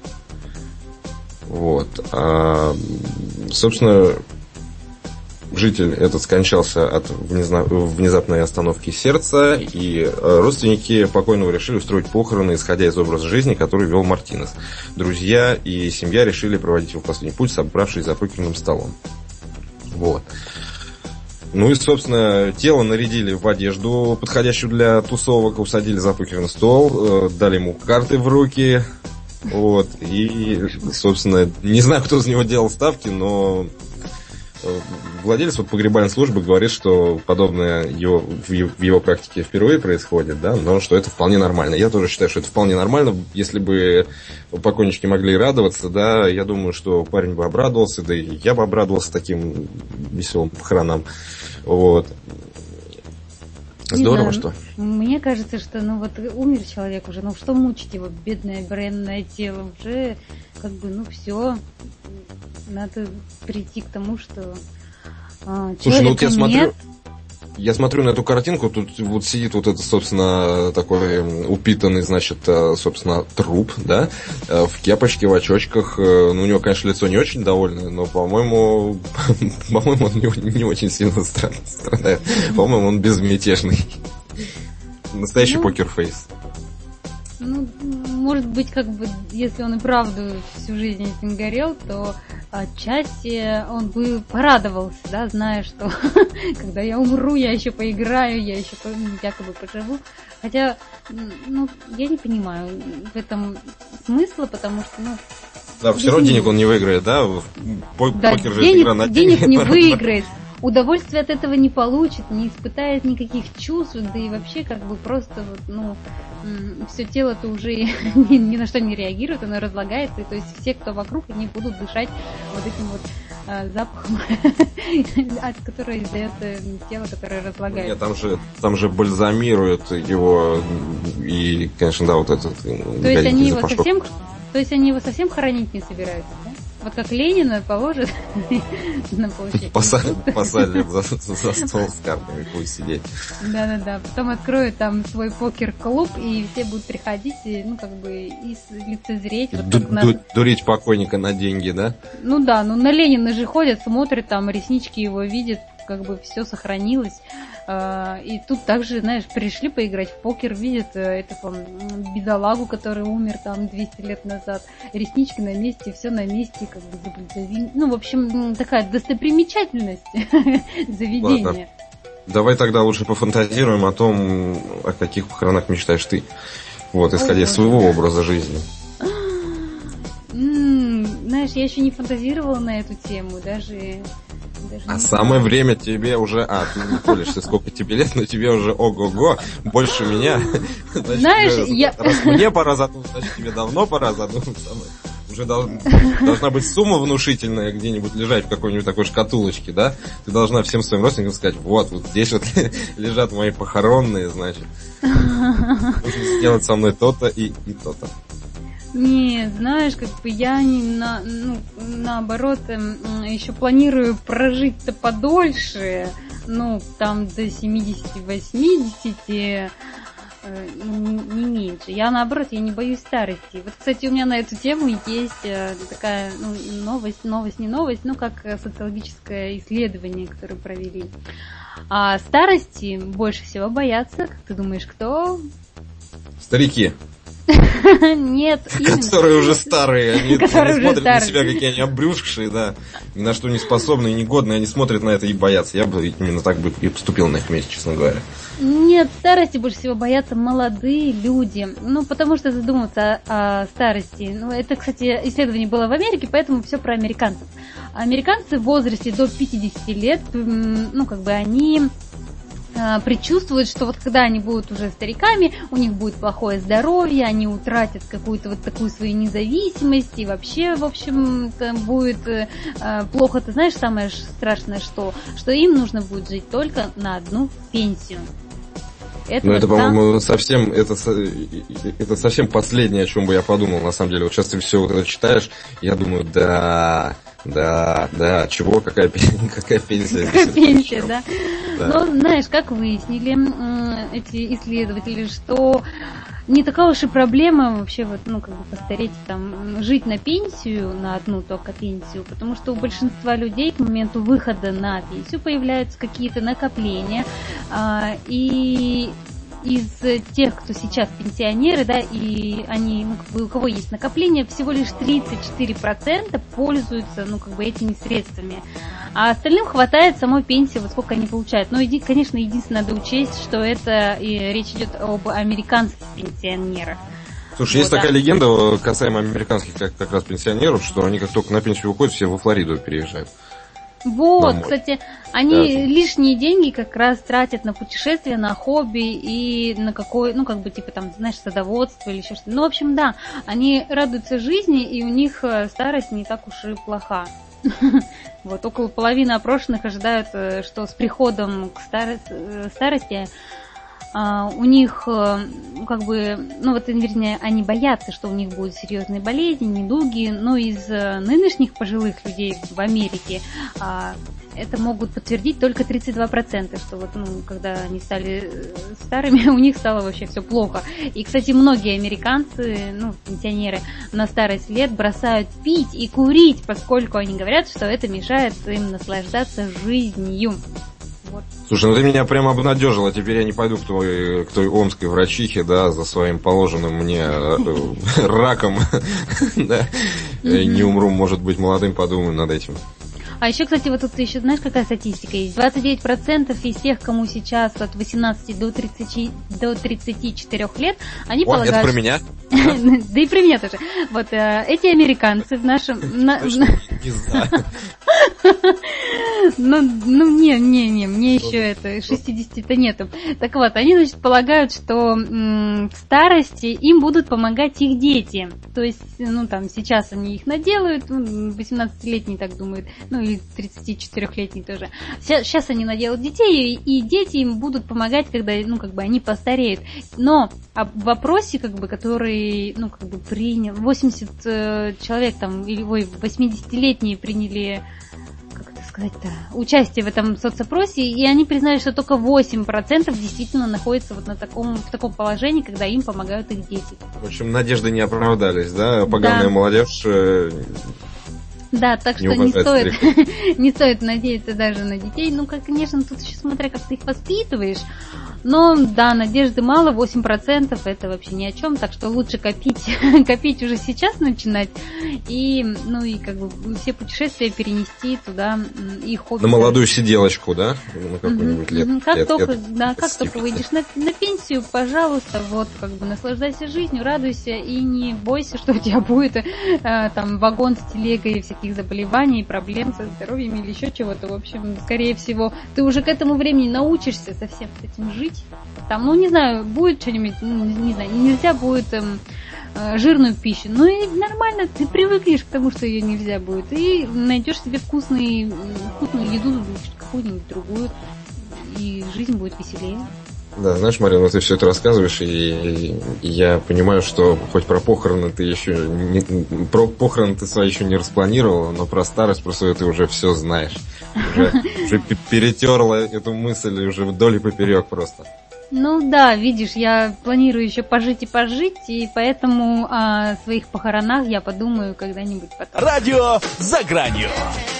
Speaker 3: Вот. А, собственно, житель этот скончался от внезапной остановки сердца, и родственники покойного решили устроить похороны, исходя из образа жизни, который вел Мартинес. Друзья и семья решили проводить его в последний путь, собравшись за покерным столом. Вот. Ну и, собственно, тело нарядили в одежду, подходящую для тусовок, усадили за покерный стол, дали ему карты в руки. Вот. И, собственно, не знаю, кто за него делал ставки, но владелец вот погребальной службы говорит, что подобное его, в его практике впервые происходит, да, но что это вполне нормально. Я тоже считаю, что это вполне нормально. Если бы покойнички могли радоваться, да, я думаю, что парень бы обрадовался, да и я бы обрадовался таким веселым похоронам. Вот. Здорово, что?
Speaker 2: Мне кажется, что ну вот умер человек уже, ну что мучить его, бедное бренное тело, уже как бы, ну все, надо прийти к тому, что а,
Speaker 3: Слушай, ну вот я
Speaker 2: нет.
Speaker 3: смотрю, я смотрю на эту картинку, тут вот сидит вот это, собственно, такой упитанный, значит, собственно, труп, да, в кепочке, в очочках. Ну, у него, конечно, лицо не очень довольное, но, по-моему, по-моему, он не, не очень сильно страдает. По-моему, он безмятежный. Настоящий ну, покерфейс.
Speaker 2: Ну, может быть, как бы, если он и правду всю жизнь этим горел, то отчасти он бы порадовался, да, зная, что когда я умру, я еще поиграю, я еще якобы поживу. Хотя, ну, я не понимаю в этом смысла, потому что, ну...
Speaker 3: Да, все равно денег он не выиграет, да? Покер
Speaker 2: да,
Speaker 3: же
Speaker 2: денег,
Speaker 3: игра на
Speaker 2: денег не выиграет. удовольствия от этого не получит, не испытает никаких чувств, да и вообще как бы просто вот, ну, все тело-то уже ни, ни на что не реагирует, оно разлагается, и то есть все, кто вокруг, они будут дышать вот этим вот э, запахом, от которого издает тело, которое разлагается.
Speaker 3: Нет, там же, там же бальзамируют его, и, конечно, да, вот этот...
Speaker 2: То есть они его совсем, то есть они его совсем хоронить не собираются, да? Вот как Ленина положит на площадь.
Speaker 3: Посадят за, за стол с картами, пусть сидеть.
Speaker 2: Да-да-да, потом откроют там свой покер-клуб, и все будут приходить, и, ну, как бы, и лицезреть. Вот
Speaker 3: Ду-
Speaker 2: нас...
Speaker 3: ду- дурить покойника на деньги, да?
Speaker 2: Ну да, ну на Ленина же ходят, смотрят, там реснички его видят, как бы все сохранилось. И тут также, знаешь, пришли поиграть в покер, видят этого бедолагу, который умер там двести лет назад, реснички на месте, все на месте, как бы заблюдовин. Ну, в общем, такая достопримечательность заведения.
Speaker 3: Ладно. Давай тогда лучше пофантазируем о том, о каких похоронах мечтаешь ты. Вот, исходя из своего образа жизни.
Speaker 2: Знаешь, я еще не фантазировала на эту тему, даже... Даже
Speaker 3: а самое время тебе уже... А, ты не колешься, сколько тебе лет, но тебе уже ого-го, больше меня. Значит,
Speaker 2: знаешь,
Speaker 3: тебе,
Speaker 2: я...
Speaker 3: Раз мне пора задуматься, значит, тебе давно пора задуматься. Уже дол... должна быть сумма внушительная где-нибудь лежать в какой-нибудь такой шкатулочке, да? Ты должна всем своим родственникам сказать, вот, вот здесь вот лежат мои похоронные, значит. Нужно сделать со мной то-то и, и то-то.
Speaker 2: Нет, знаешь, как бы я не на, ну, наоборот еще планирую прожить-то подольше, ну, там до семидесяти-восьмидесяти, не, не меньше. Я наоборот, я не боюсь старости. Вот, кстати, у меня на эту тему есть такая, ну, новость, новость, не новость, ну, как социологическое исследование, которое провели. А старости больше всего боятся, как ты думаешь, кто?
Speaker 3: Старики.
Speaker 2: Нет, именно.
Speaker 3: Которые уже старые, они
Speaker 2: Которые
Speaker 3: не смотрят
Speaker 2: старые.
Speaker 3: на себя, какие они обрюзгшие, да, ни на что не способные, негодные, они смотрят на это и боятся. Я бы именно так бы и поступил на их месте, честно говоря.
Speaker 2: Нет, старости больше всего боятся молодые люди. Ну, потому что задуматься о, о старости. Ну, это, кстати, исследование было в Америке, поэтому все про американцев. Американцы в возрасте до пятидесяти лет, ну, как бы они... предчувствуют, что вот когда они будут уже стариками, у них будет плохое здоровье, они утратят какую-то вот такую свою независимость, и вообще, в общем, будет э, плохо. Ты знаешь, самое страшное, что, что им нужно будет жить только на одну пенсию. Это,
Speaker 3: ну,
Speaker 2: вот
Speaker 3: это,
Speaker 2: там...
Speaker 3: по-моему, совсем, это, это совсем последнее, о чем бы я подумал, на самом деле. Вот сейчас ты все вот это читаешь, я думаю, да... Да, да, чего, какая, какая пенсия?
Speaker 2: Какая пенсия, да?
Speaker 3: да.
Speaker 2: Но, знаешь, как выяснили эти исследователи, что не такая уж и проблема вообще вот, ну, как бы постареть там, жить на пенсию, на одну только пенсию, потому что у большинства людей к моменту выхода на пенсию появляются какие-то накопления, и из тех, кто сейчас пенсионеры, да, и они, ну, как бы, у кого есть накопление, всего лишь тридцать четыре процента пользуются, ну, как бы, этими средствами. А остальным хватает самой пенсии, вот сколько они получают. Но, конечно, единственное, надо учесть, что это и речь идет об американских пенсионерах.
Speaker 3: Слушай,
Speaker 2: вот,
Speaker 3: есть
Speaker 2: да.
Speaker 3: такая легенда касаемо американских как, как раз пенсионеров, что они как только на пенсию выходят, все во Флориду переезжают.
Speaker 2: Вот,
Speaker 3: Домой.
Speaker 2: Кстати, они
Speaker 3: Да.
Speaker 2: лишние деньги как раз тратят на путешествия, на хобби и на какой, ну, как бы, типа, там, знаешь, садоводство или еще что-то. Ну, в общем, да, они радуются жизни, и у них старость не так уж и плоха. Вот, около половины опрошенных ожидают, что с приходом к старости Uh, у них, uh, как бы, ну вот, вернее, они боятся, что у них будут серьезные болезни, недуги, но из uh, нынешних пожилых людей в Америке uh, это могут подтвердить только тридцать два процента, что вот, ну, когда они стали старыми, у них стало вообще все плохо. И, кстати, многие американцы, ну, пенсионеры на старость лет бросают пить и курить, поскольку они говорят, что это мешает им наслаждаться жизнью. Вот.
Speaker 3: Слушай, ну ты меня прямо обнадежила. Теперь я не пойду к той, к той омской врачихе, да, за своим положенным мне раком. Не умру, может быть, молодым, подумаю над этим.
Speaker 2: А еще, кстати, вот тут еще, знаешь, какая статистика есть? двадцать девять процентов из тех, кому сейчас от восемнадцати до тридцати, до тридцати четырёх лет, они
Speaker 3: О,
Speaker 2: полагают...
Speaker 3: это про меня?
Speaker 2: Да и про меня тоже. Вот эти американцы в нашем... Ну, ну, не, не, не, мне еще это, шестидесяти-то нету. Так вот, они, значит, полагают, что м, в старости им будут помогать их дети. То есть, ну, там, сейчас они их наделают, восемнадцатилетний так думает, ну, и тридцатичетырёхлетний тоже. Сейчас они наделают детей, и дети им будут помогать, когда, ну, как бы, они постареют. Но в вопросе, как бы, который, ну, как бы, принял, восемьдесят человек, там, или, ой, восьмидесятилетние приняли, как это сказать-то, участие в этом соцопросе, и они признали, что только восемь процентов действительно находятся вот на таком, в таком положении, когда им помогают их дети.
Speaker 3: В общем, надежды не оправдались, да? Поганая да. молодежь...
Speaker 2: Да, так что не стоит, не стоит надеяться даже на детей. Ну, как, конечно, тут еще смотря, как ты их воспитываешь. Но, да, надежды мало, восемь процентов это вообще ни о чем. Так что лучше копить, копить уже сейчас начинать. И, ну, и как бы все путешествия перенести туда и хобби.
Speaker 3: На молодую сиделочку, да? На какую-нибудь лет.
Speaker 2: Как
Speaker 3: лет,
Speaker 2: только,
Speaker 3: лет,
Speaker 2: да, как только выйдешь на, на пенсию, пожалуйста, вот, как бы наслаждайся жизнью, радуйся и не бойся, что у тебя будет э, там вагон с телегой всяких заболеваний, проблем со здоровьем или еще чего-то. В общем, скорее всего, ты уже к этому времени научишься совсем с этим жить. Там, ну, не знаю, будет что-нибудь, ну, не знаю, нельзя будет эм, э, жирную пищу. Ну и нормально, ты привыкнешь к тому, что ее нельзя будет. И найдешь себе вкусный, вкусную еду, какую-нибудь другую, и жизнь будет веселее.
Speaker 3: Да, знаешь, Марина, ты все это рассказываешь, и, и я понимаю, что хоть про похороны ты еще не, про похороны ты свои еще не распланировала, но про старость просто ты уже все знаешь. Уже, уже перетерла эту мысль уже вдоль и поперек просто.
Speaker 2: Ну да, видишь, я планирую еще пожить и пожить, и поэтому о своих похоронах я подумаю когда-нибудь потом.
Speaker 1: Радио «За гранью».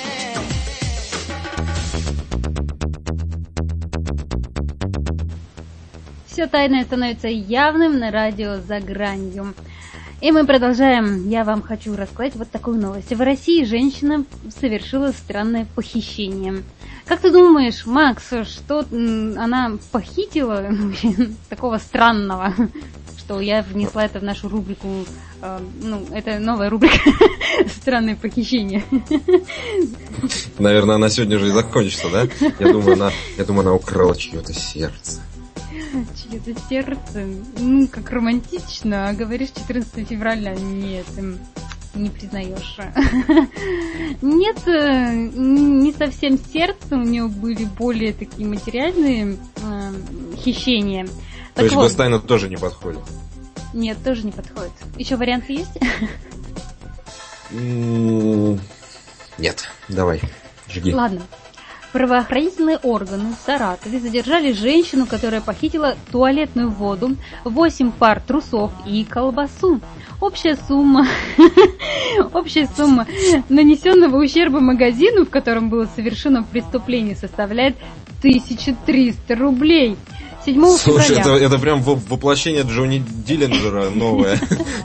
Speaker 2: Все тайное становится явным на радио «За гранью». И мы продолжаем. Я вам хочу рассказать вот такую новость. В России женщина совершила странное похищение. Как ты думаешь, Макс, что она похитила такого странного, что я внесла это в нашу рубрику, э, ну, это новая рубрика «Странные похищения».
Speaker 3: Наверное, она сегодня же и закончится, да? Я думаю, она, я думаю, она украла чье-то сердце.
Speaker 2: Чье-то сердце? Ну, как романтично, а говоришь четырнадцатого февраля. Нет, не признаешь. Нет, не совсем сердце, у нее были более такие материальные э, хищения.
Speaker 3: То
Speaker 2: так
Speaker 3: есть
Speaker 2: вот,
Speaker 3: Гостайна тоже не подходит?
Speaker 2: Нет, тоже не подходит. Еще варианты есть?
Speaker 3: Нет, давай, жги.
Speaker 2: Ладно. Правоохранительные органы в Саратове задержали женщину, которая похитила туалетную воду, восемь пар трусов и колбасу. Общая сумма, общая сумма нанесенного ущерба магазину, в котором было совершено преступление, составляет тысяча триста рублей. седьмого
Speaker 3: Слушай,
Speaker 2: февраля.
Speaker 3: это, это прям воплощение Джонни Диллинджера новое.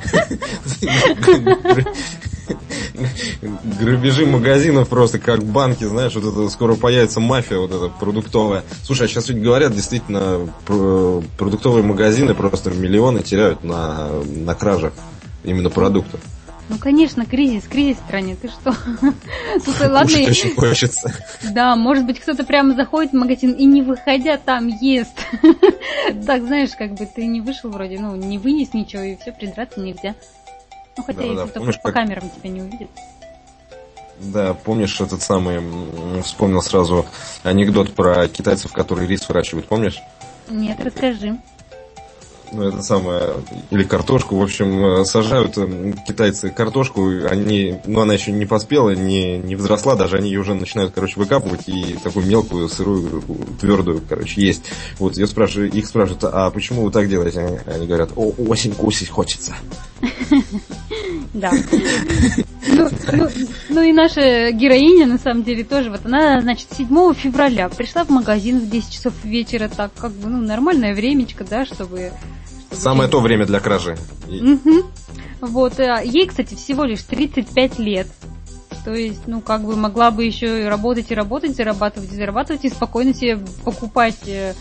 Speaker 3: Грабежи магазинов просто как банки, знаешь, вот это скоро появится мафия вот эта продуктовая. Слушай, а сейчас ведь говорят, действительно, продуктовые магазины просто миллионы теряют на, на кражах именно продуктов.
Speaker 2: Ну, конечно, кризис, кризис в стране, ты что? Слушай, ладно.
Speaker 3: Очень хочется.
Speaker 2: Да, может быть, кто-то прямо заходит в магазин и не выходя там ест. Так, знаешь, как бы ты не вышел вроде, ну, не вынес ничего, и все, придраться нельзя. Ну, хотя, да, если да, только помнишь, по как... камерам тебя не увидят.
Speaker 3: Да, помнишь этот самый, вспомнил сразу анекдот про китайцев, которые рис выращивают, помнишь?
Speaker 2: Нет, расскажи.
Speaker 3: Ну, это самое, или картошку, в общем, сажают китайцы картошку, они, ну, она еще не поспела, не, не взросла даже, они ее уже начинают, короче, выкапывать и такую мелкую, сырую, твердую, короче, есть. Вот, я спрашиваю, их спрашивают, а почему вы так делаете? Они, они говорят, о, осень кусить хочется.
Speaker 2: Да. Ну, ну, ну и наша героиня, на самом деле, тоже, вот она, значит, седьмого февраля пришла в магазин в десять часов вечера, так, как бы, ну, нормальное времечко, да, чтобы... чтобы
Speaker 3: Самое то время для кражи.
Speaker 2: Угу. Вот, ей, кстати, всего лишь тридцать пять лет. То есть, ну, как бы могла бы еще и работать, и работать, зарабатывать, и зарабатывать, и спокойно себе покупать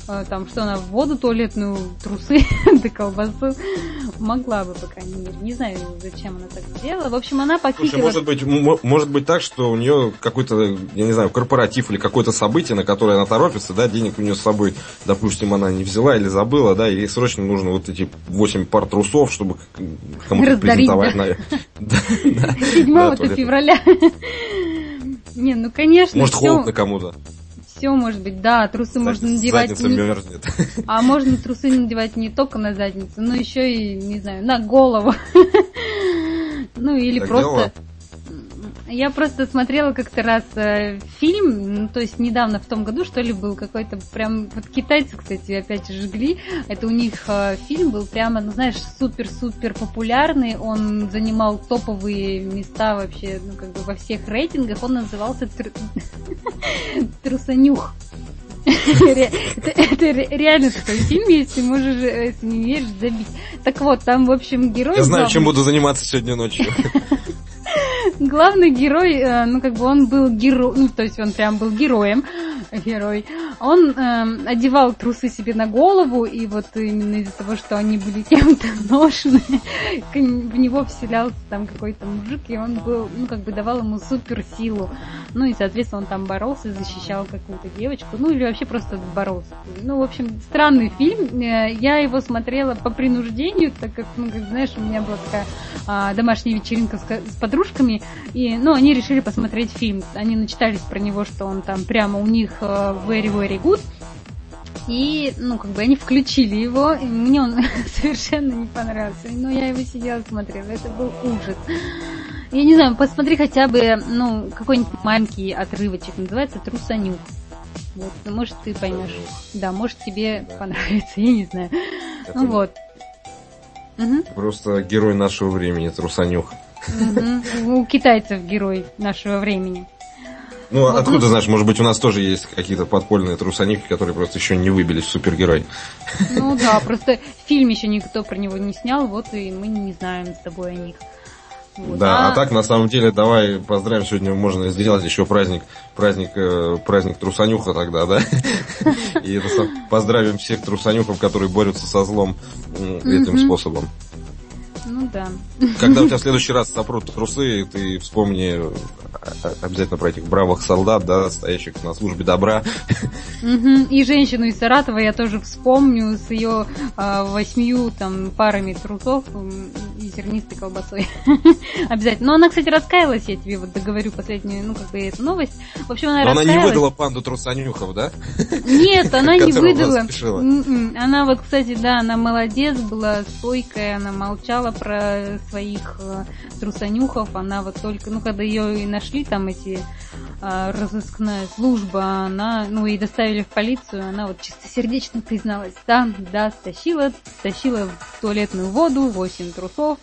Speaker 2: там, что она, воду туалетную, трусы, да колбасу. Могла бы, по крайней мере. Не знаю, зачем она так сделала. В общем, она похитила...
Speaker 3: Слушай, может быть, м- может быть так, что у нее какой-то, я не знаю, корпоратив или какое-то событие, на которое она торопится, да, денег у нее с собой, допустим, она не взяла или забыла, да, и ей срочно нужно вот эти восемь пар трусов, чтобы кому-то презентовать.
Speaker 2: седьмого февраля. Не, ну конечно.
Speaker 3: Может, холодно кому-то.
Speaker 2: Все может быть, да, трусы можно надевать.
Speaker 3: Задница мерзнет.
Speaker 2: А можно трусы надевать не только на задницу, но еще и, не знаю, на голову. Ну или просто... Я просто смотрела как-то раз э, фильм, ну, то есть недавно, в том году, что ли, был какой-то прям... Вот китайцы, кстати, опять жгли. Это у них э, фильм был прямо, ну, знаешь, супер-супер популярный. Он занимал топовые места вообще, ну, как бы во всех рейтингах. Он назывался «Трусонюх». Это реально такой фильм, если можешь, если не веришь, забить. Так вот, там, в общем, герой...
Speaker 3: Я знаю, чем буду заниматься сегодня ночью.
Speaker 2: Главный герой, ну, как бы он был героем, ну, то есть он прям был героем, герой. Он э, одевал трусы себе на голову, и вот именно из-за того, что они были кем-то ношены, в него вселялся там какой-то мужик, и он был, ну, как бы давал ему суперсилу. Ну, и, соответственно, он там боролся, защищал какую-то девочку, ну, или вообще просто боролся. Ну, в общем, странный фильм. Я его смотрела по принуждению, так как, ну, как знаешь, у меня была такая а, домашняя вечеринка с, с подружками, и, ну, они решили посмотреть фильм. Они начитались про него, что он там прямо у них uh, very, very good. И, ну, как бы они включили его, и мне он совершенно не понравился. Но я его сидела, смотрела, это был ужас. Я не знаю, посмотри хотя бы, ну, какой-нибудь маленький отрывочек, называется «Трусонюх». Вот, может, ты поймешь. Да, может, тебе да. понравится, я не знаю. Это ну вот. Угу.
Speaker 3: Просто герой нашего времени, Трусонюх.
Speaker 2: Угу. У китайцев герой нашего времени.
Speaker 3: Ну, вот, откуда ну, знаешь, может быть, у нас тоже есть какие-то подпольные трусонюхи, которые просто еще не выбились в супергерой.
Speaker 2: Ну да, просто фильм еще никто про него не снял, вот и мы не знаем с тобой о них. Вот.
Speaker 3: Да, а... а так, на самом деле, давай поздравим, сегодня можно сделать еще праздник, праздник, праздник трусонюха тогда, да? И это поздравим всех трусонюхов, которые борются со злом этим способом.
Speaker 2: Ну да.
Speaker 3: Когда у тебя в следующий раз сопрут трусы, ты вспомни обязательно про этих бравых солдат, да, стоящих на службе добра.
Speaker 2: И женщину из Саратова я тоже вспомню с ее а, восьмью там парами трусов и зернистой колбасой. Обязательно. Но она, кстати, раскаялась, я тебе вот договорю последнюю, ну, как бы эту новость. В общем, она
Speaker 3: Но
Speaker 2: раскаялась.
Speaker 3: Она не выдала панду трусонюхов, да?
Speaker 2: Нет, она не выдала. Она вот, кстати, да, она молодец, была стойкая, она молчала про своих э, трусонюхов, она вот только, ну, когда ее и нашли, там эти э, разыскная служба, она, ну, и доставили в полицию, она вот чистосердечно призналась, да, да, стащила, стащила в туалетную воду, восемь трусов,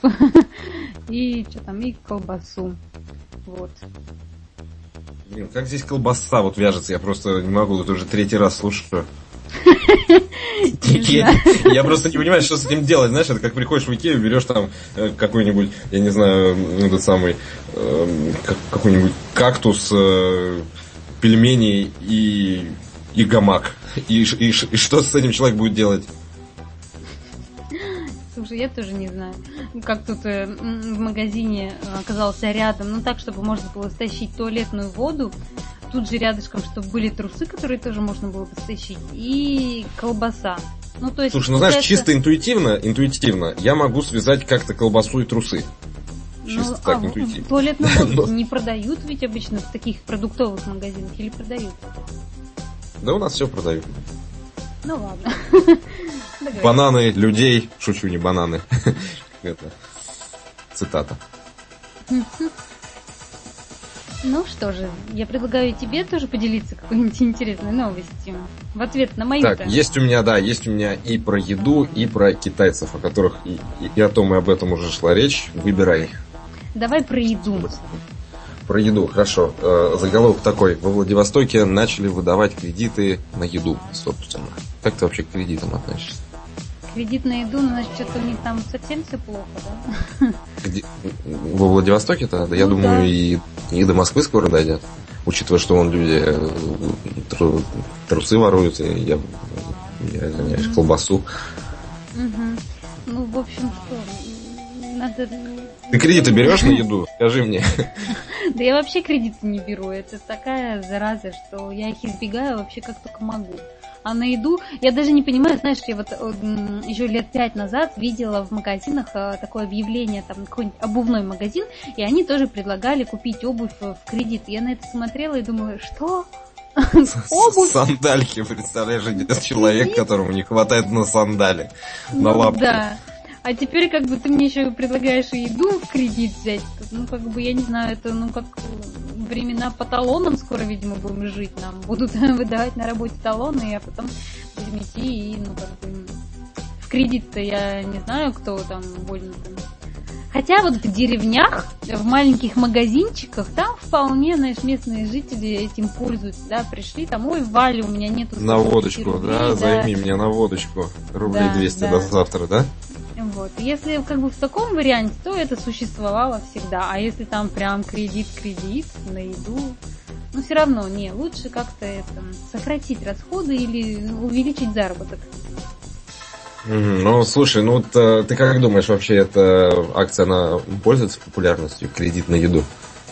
Speaker 2: и что там, и колбасу, вот.
Speaker 3: Блин, как здесь колбаса вот вяжется, я просто не могу, это уже третий раз слушаю. Я, я просто не понимаю, что с этим делать. Знаешь, это как приходишь в Икею, берешь там э, какой-нибудь, я не знаю, этот самый, э, как, какой-нибудь кактус, э, пельмени и, и гамак. И, и, и что с этим человек будет делать?
Speaker 2: Слушай, я тоже не знаю, как тут э, в магазине оказался рядом, ну так, чтобы можно было стащить туалетную воду, тут же рядышком, чтобы были трусы, которые тоже можно было бы стащить, и колбаса. Ну, то есть,
Speaker 3: слушай, ну знаешь, это... чисто интуитивно, интуитивно я могу связать как-то колбасу и трусы. Чисто ну, так,
Speaker 2: а
Speaker 3: интуитивно.
Speaker 2: Туалетную воду не продают ведь обычно в таких продуктовых магазинах, или продают?
Speaker 3: Да у нас все продают.
Speaker 2: Ну ладно.
Speaker 3: Бананы, людей, шучу, не бананы. Это цитата.
Speaker 2: Ну что же, я предлагаю тебе тоже поделиться какой-нибудь интересной новостью в ответ на мою.
Speaker 3: Так, есть у меня, да, есть у меня и про еду, и про китайцев, о которых и, и, и о том, и об этом уже шла речь. Выбирай.
Speaker 2: Давай про еду.
Speaker 3: Про еду, хорошо. Заголовок такой. Во Владивостоке начали выдавать кредиты на еду, собственно. Как ты вообще к кредитам относишься?
Speaker 2: Кредит на еду, ну, значит, что-то у них там совсем все плохо, да?
Speaker 3: Где? Во Владивостоке-то? Да, я ну, думаю, да. И, и до Москвы скоро дойдет. Учитывая, что вон люди тру, трусы воруют, и я я извиняюсь, mm-hmm. колбасу.
Speaker 2: Mm-hmm. Ну, в общем, что, надо...
Speaker 3: Ты кредиты берешь на еду? Скажи мне.
Speaker 2: Да я вообще кредиты не беру, это такая зараза, что я их избегаю вообще как только могу. А на еду, я даже не понимаю, знаешь, я вот еще лет пять назад видела в магазинах такое объявление, там какой-нибудь обувной магазин, и они тоже предлагали купить обувь в кредит. Я на это смотрела и думала, что? Обувь?
Speaker 3: Сандальки, представляешь, идет человек, которому не хватает на сандали, на лапки.
Speaker 2: Да. А теперь как бы ты мне еще предлагаешь и еду в кредит взять. Ну, как бы, я не знаю, это, ну, как времена по талонам скоро, видимо, будем жить. Нам будут выдавать на работе талоны, а потом будем идти и, ну, как бы, в кредит-то я не знаю, кто там больно там. Хотя вот в деревнях, в маленьких магазинчиках, там вполне, знаешь, местные жители этим пользуются, да, пришли там, ой, Валя, у меня нету...
Speaker 3: На водочку,
Speaker 2: рублей,
Speaker 3: да,
Speaker 2: да,
Speaker 3: займи мне на водочку, рублей
Speaker 2: да,
Speaker 3: двести
Speaker 2: да.
Speaker 3: до завтра, да?
Speaker 2: Вот. Если как бы в таком варианте, то это существовало всегда. А если там прям кредит-кредит на еду, ну все равно, не, лучше как-то это сократить расходы или увеличить заработок.
Speaker 3: Mm, ну, слушай, ну ты, ты как думаешь, вообще эта акция, она пользуется популярностью, кредит на еду?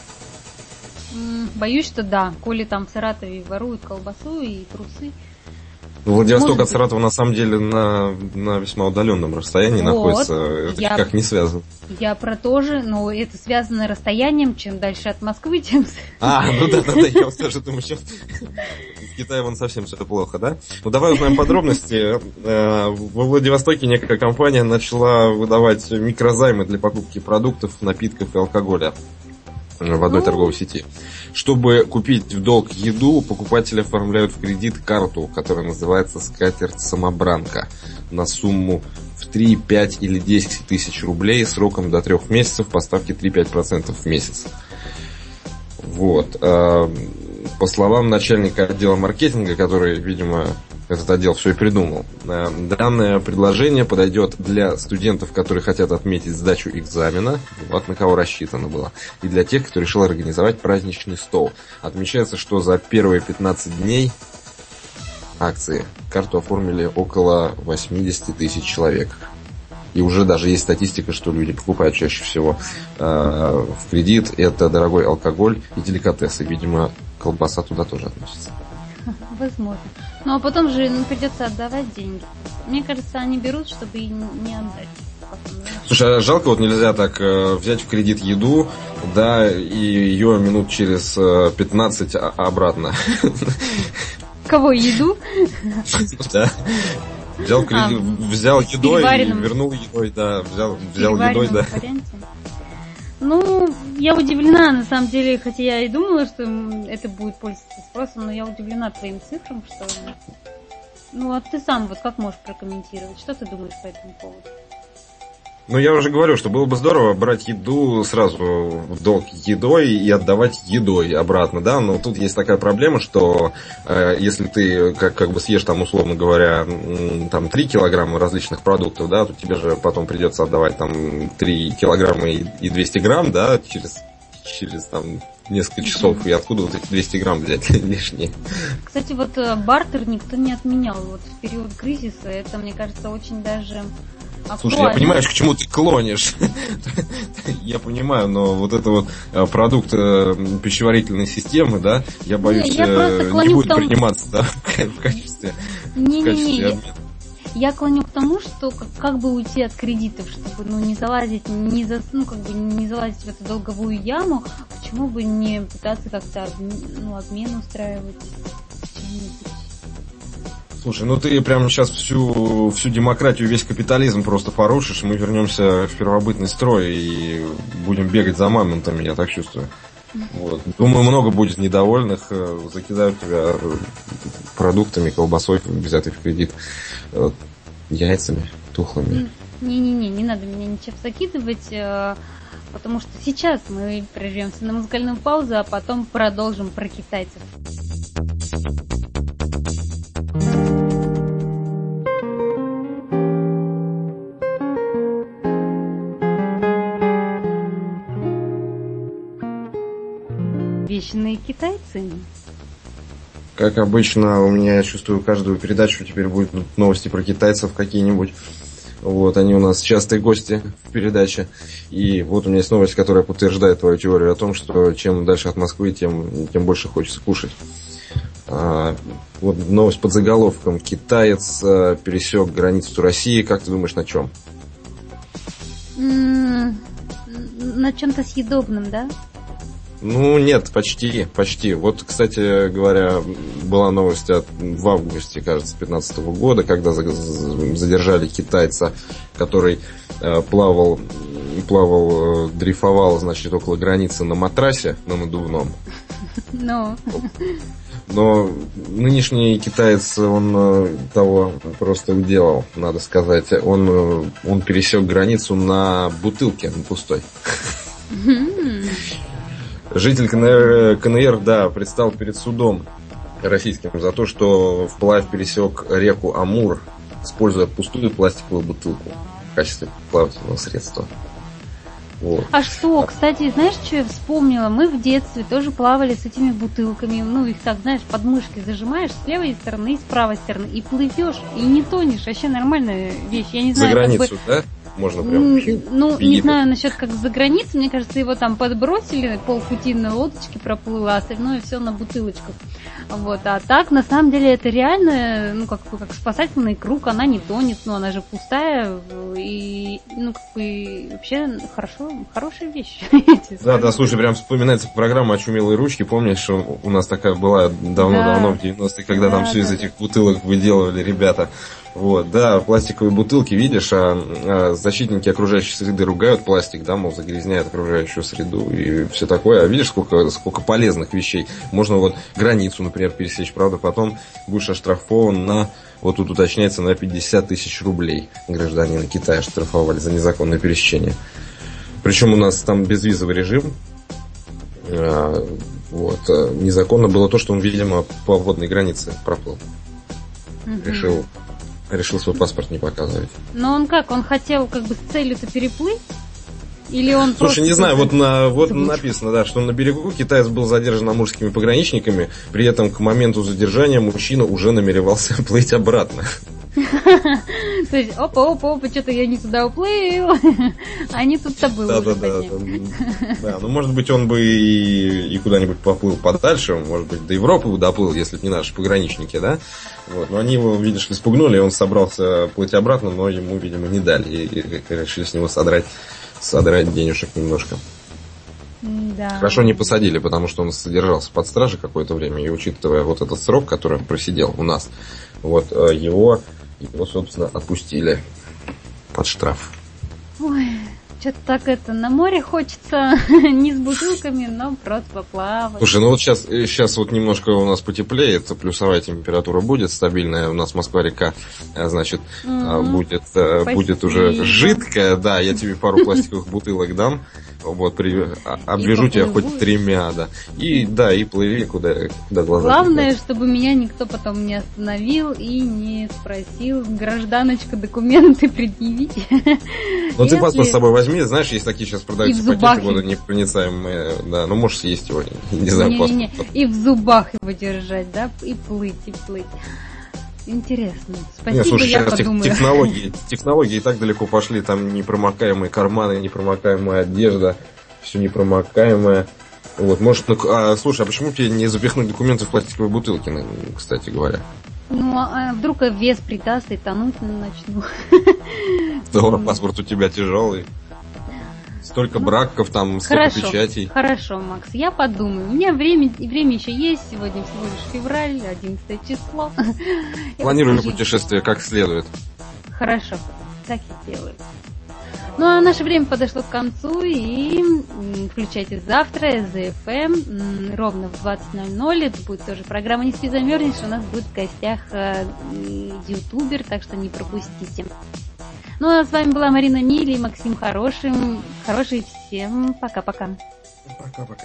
Speaker 2: Боюсь, что да. Коли там в Саратове воруют колбасу и трусы.
Speaker 3: Владивосток от Саратова на самом деле на, на весьма удаленном расстоянии вот, находится. Это я, никак не связано.
Speaker 2: Я про то же, но это связано расстоянием. Чем дальше от Москвы, тем...
Speaker 3: А, ну да, да, да, я вот тоже думаю, сейчас с Китаем вон совсем все плохо, да? Ну давай узнаем подробности. Во Владивостоке некая компания начала выдавать микрозаймы для покупки продуктов, напитков и алкоголя в одной ну... торговой сети. Чтобы купить в долг еду, покупатели оформляют в кредит карту, которая называется «Скатерть-самобранка» на сумму в три, пять или десять тысяч рублей сроком до трех месяцев по ставке три-пять процентов в месяц. Вот. По словам начальника отдела маркетинга, который, видимо, этот отдел все и придумал, данное предложение подойдет для студентов, которые хотят отметить сдачу экзамена, вот на кого рассчитано было, и для тех, кто решил организовать праздничный стол. Отмечается, что за первые пятнадцать дней акции карту оформили около восемьдесят тысяч человек. И уже даже есть статистика, что люди покупают чаще всего э, в кредит. Это дорогой алкоголь и деликатесы. Видимо, колбаса туда тоже относится.
Speaker 2: Возможно. Ну а потом же ну, придется отдавать деньги. Мне кажется, они берут, чтобы и не отдать.
Speaker 3: Слушай, а жалко, вот нельзя так э, взять в кредит еду, да, и ее минут через пятнадцать обратно.
Speaker 2: Кого, еду?
Speaker 3: Да. Взял, кредит, а, взял едой и вернул едой, да, взял, взял едой, да.
Speaker 2: Варианте. Ну, я удивлена, на самом деле, хотя я и думала, что это будет пользоваться спросом, но я удивлена твоим цифрам, что... Ну, а ты сам вот как можешь прокомментировать? Что ты думаешь по этому поводу?
Speaker 3: Ну, я уже говорю, что было бы здорово брать еду сразу в долг едой и отдавать едой обратно, да, но тут есть такая проблема, что э, если ты как, как бы съешь там, условно говоря, там три килограмма различных продуктов, да, то тебе же потом придется отдавать там три килограмма и, и двести грамм, да, через, через там несколько часов, и откуда вот эти двести грамм взять лишние?
Speaker 2: Кстати, вот бартер никто не отменял, вот в период кризиса, это, мне кажется, очень даже...
Speaker 3: Слушай, я понимаю, к чему ты клонишь. Я понимаю, но вот это вот продукт пищеварительной системы, да, я боюсь, не, я не будет тому... приниматься, да, в качестве,
Speaker 2: не, в качестве не, не, обмена. Я, я клоню к тому, что как, как бы уйти от кредитов, чтобы ну, не залазить, не за, ну, как бы не залазить в эту долговую яму, почему бы не пытаться как-то ну, обмен устраивать?
Speaker 3: Слушай, ну ты прямо сейчас всю, всю демократию, весь капитализм просто порушишь, мы вернемся в первобытный строй и будем бегать за мамонтами, я так чувствую. Вот. Думаю, много будет недовольных, закидают тебя продуктами, колбасой, взятой в кредит, яйцами тухлыми.
Speaker 2: Не-не-не, не надо меня ничем закидывать, потому что сейчас мы прервемся на музыкальную паузу, а потом продолжим про китайцев. Вечные китайцы.
Speaker 3: Как обычно, у меня, я чувствую, каждую передачу теперь будут новости про китайцев какие-нибудь. Вот, они у нас частые гости в передаче. И вот у меня есть новость, которая подтверждает твою теорию о том, что чем дальше от Москвы, тем, тем больше хочется кушать. А, вот новость под заголовком: китаец а, пересек границу России. Как ты думаешь, на чем?
Speaker 2: Mm, на чем-то съедобном, да?
Speaker 3: Ну, нет, почти, почти. Вот, кстати говоря, была новость от, в августе, кажется, две тысячи пятнадцатого года, когда задержали китайца, который э, плавал, плавал, э, дрейфовал, значит, около границы на матрасе, на надувном.
Speaker 2: No.
Speaker 3: Но нынешний китаец, он э, того просто уделал, надо сказать. Он, э, он пересек границу на бутылке, на пустой. Житель КНР, КНР, да, предстал перед судом российским за то, что вплавь пересек реку Амур, используя пустую пластиковую бутылку в качестве плавательного средства. Вот.
Speaker 2: А что, кстати, знаешь, что я вспомнила? Мы в детстве тоже плавали с этими бутылками. Ну, их так, знаешь, под мышкой зажимаешь с левой стороны и с правой стороны. И плывешь, и не тонешь. Вообще нормальная вещь. Я не знаю,
Speaker 3: за границу,
Speaker 2: как бы...
Speaker 3: да? Можно прям вообще.
Speaker 2: Ну, не знаю насчет как за границей. Мне кажется, его там подбросили, полпути на лодочке проплыло, а остальное все на бутылочках. Вот. А так, на самом деле, это реально, ну, как, как спасательный круг, она не тонет, но она же пустая. И, ну, как бы, вообще хорошо, хорошая вещь.
Speaker 3: Да, да, слушай, прям вспоминается программа «Очумелые ручки». Помнишь, что у нас такая была давно-давно, да. В девяностые, когда да, там все да, из да. этих бутылок выделывали ребята. Вот, да, пластиковые бутылки, видишь, а, а защитники окружающей среды ругают пластик, да, мол, загрязняет окружающую среду и все такое. А видишь, сколько, сколько полезных вещей. Можно вот границу, например, пересечь, правда, потом будешь оштрафован на, вот тут уточняется, на пятьдесят тысяч рублей. Гражданина Китая штрафовали за незаконное пересечение. Причем у нас там безвизовый режим. А, вот, а незаконно было то, что он, видимо, по водной границе проплыл. Mm-hmm. Решил... Решил свой паспорт не показывать.
Speaker 2: Но он как? Он хотел как бы с целью-то переплыть? Или он
Speaker 3: Слушай, не знаю, вот, на, вот написано, да, что на берегу китаец был задержан амурскими пограничниками, при этом к моменту задержания мужчина уже намеревался плыть обратно.
Speaker 2: То есть, опа-опа-опа, что-то я не туда уплыл, а не тут-то было.
Speaker 3: Да-да-да. Да, ну, может быть, он бы и куда-нибудь поплыл подальше, может быть, до Европы бы доплыл, если бы не наши пограничники, да? Вот, но они его, видишь, испугнули, и он собрался плыть обратно, но ему, видимо, не дали, и решили с него содрать, содрать денежек немножко.
Speaker 2: Да.
Speaker 3: Хорошо не посадили, потому что он содержался под стражей какое-то время, и учитывая вот этот срок, который он просидел у нас, вот, его, его, собственно, отпустили под штраф.
Speaker 2: Ой, что-то так это, на море хочется, не с бутылками, но просто поплавать.
Speaker 3: Слушай, ну вот сейчас, сейчас вот немножко у нас потеплеет, плюсовая температура будет стабильная, у нас Москва-река, значит, mm-hmm. будет, будет уже жидкая, да, я тебе пару пластиковых бутылок дам. Вот, при, обвяжу тебя хоть тремя, да. И, да, и плыви, куда, куда глаза.
Speaker 2: Главное, глядят. Чтобы меня никто потом не остановил и не спросил: гражданочка, документы предъявить.
Speaker 3: Ну, ты паспорт с собой возьми, знаешь, есть такие сейчас продаются пакеты водонепроницаемые, да, ну, можешь съесть его, не знаю, паспорт.
Speaker 2: И в зубах его держать, да, и плыть, и плыть. Интересно. Спасибо,
Speaker 3: Нет, слушай,
Speaker 2: я
Speaker 3: сейчас
Speaker 2: подумаю.
Speaker 3: Технологии, технологии и так далеко пошли, там непромокаемые карманы, непромокаемая одежда, все непромокаемое. Вот, может, ну, а, слушай, а почему тебе не запихнуть документы в пластиковые бутылки, кстати говоря?
Speaker 2: Ну, а вдруг вес придаст и тонуть начну.
Speaker 3: Да, паспорт у тебя тяжелый. Столько ну, браков, там, столько хорошо, печатей.
Speaker 2: Хорошо, Макс, я подумаю. У меня время, время еще есть. Сегодня всего лишь февраль, одиннадцатое число.
Speaker 3: Планирую путешествие как следует.
Speaker 2: Хорошо, так и делаю. Ну, а наше время подошло к концу, и включайте завтра эс зэ эф эм ровно в двадцать ноль ноль. Это будет тоже программа «Не спи, замерзнешь». У нас будет в гостях ютубер, так что не пропустите. Ну, а с вами была Марина Мили и Максим Хороший. Хороший всем. Пока-пока.
Speaker 3: Пока-пока.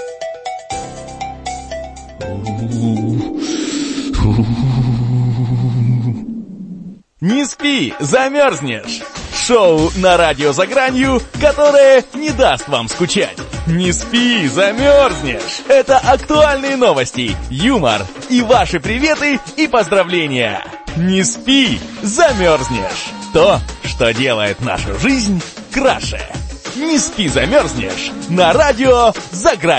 Speaker 1: Не спи, замерзнешь. Шоу на радио «За гранью», которое не даст вам скучать. Не спи, замерзнешь. Это актуальные новости, юмор и ваши приветы и поздравления. Не спи, замерзнешь. То, что делает нашу жизнь краше. Не спи, замерзнешь. На радио «Загрань».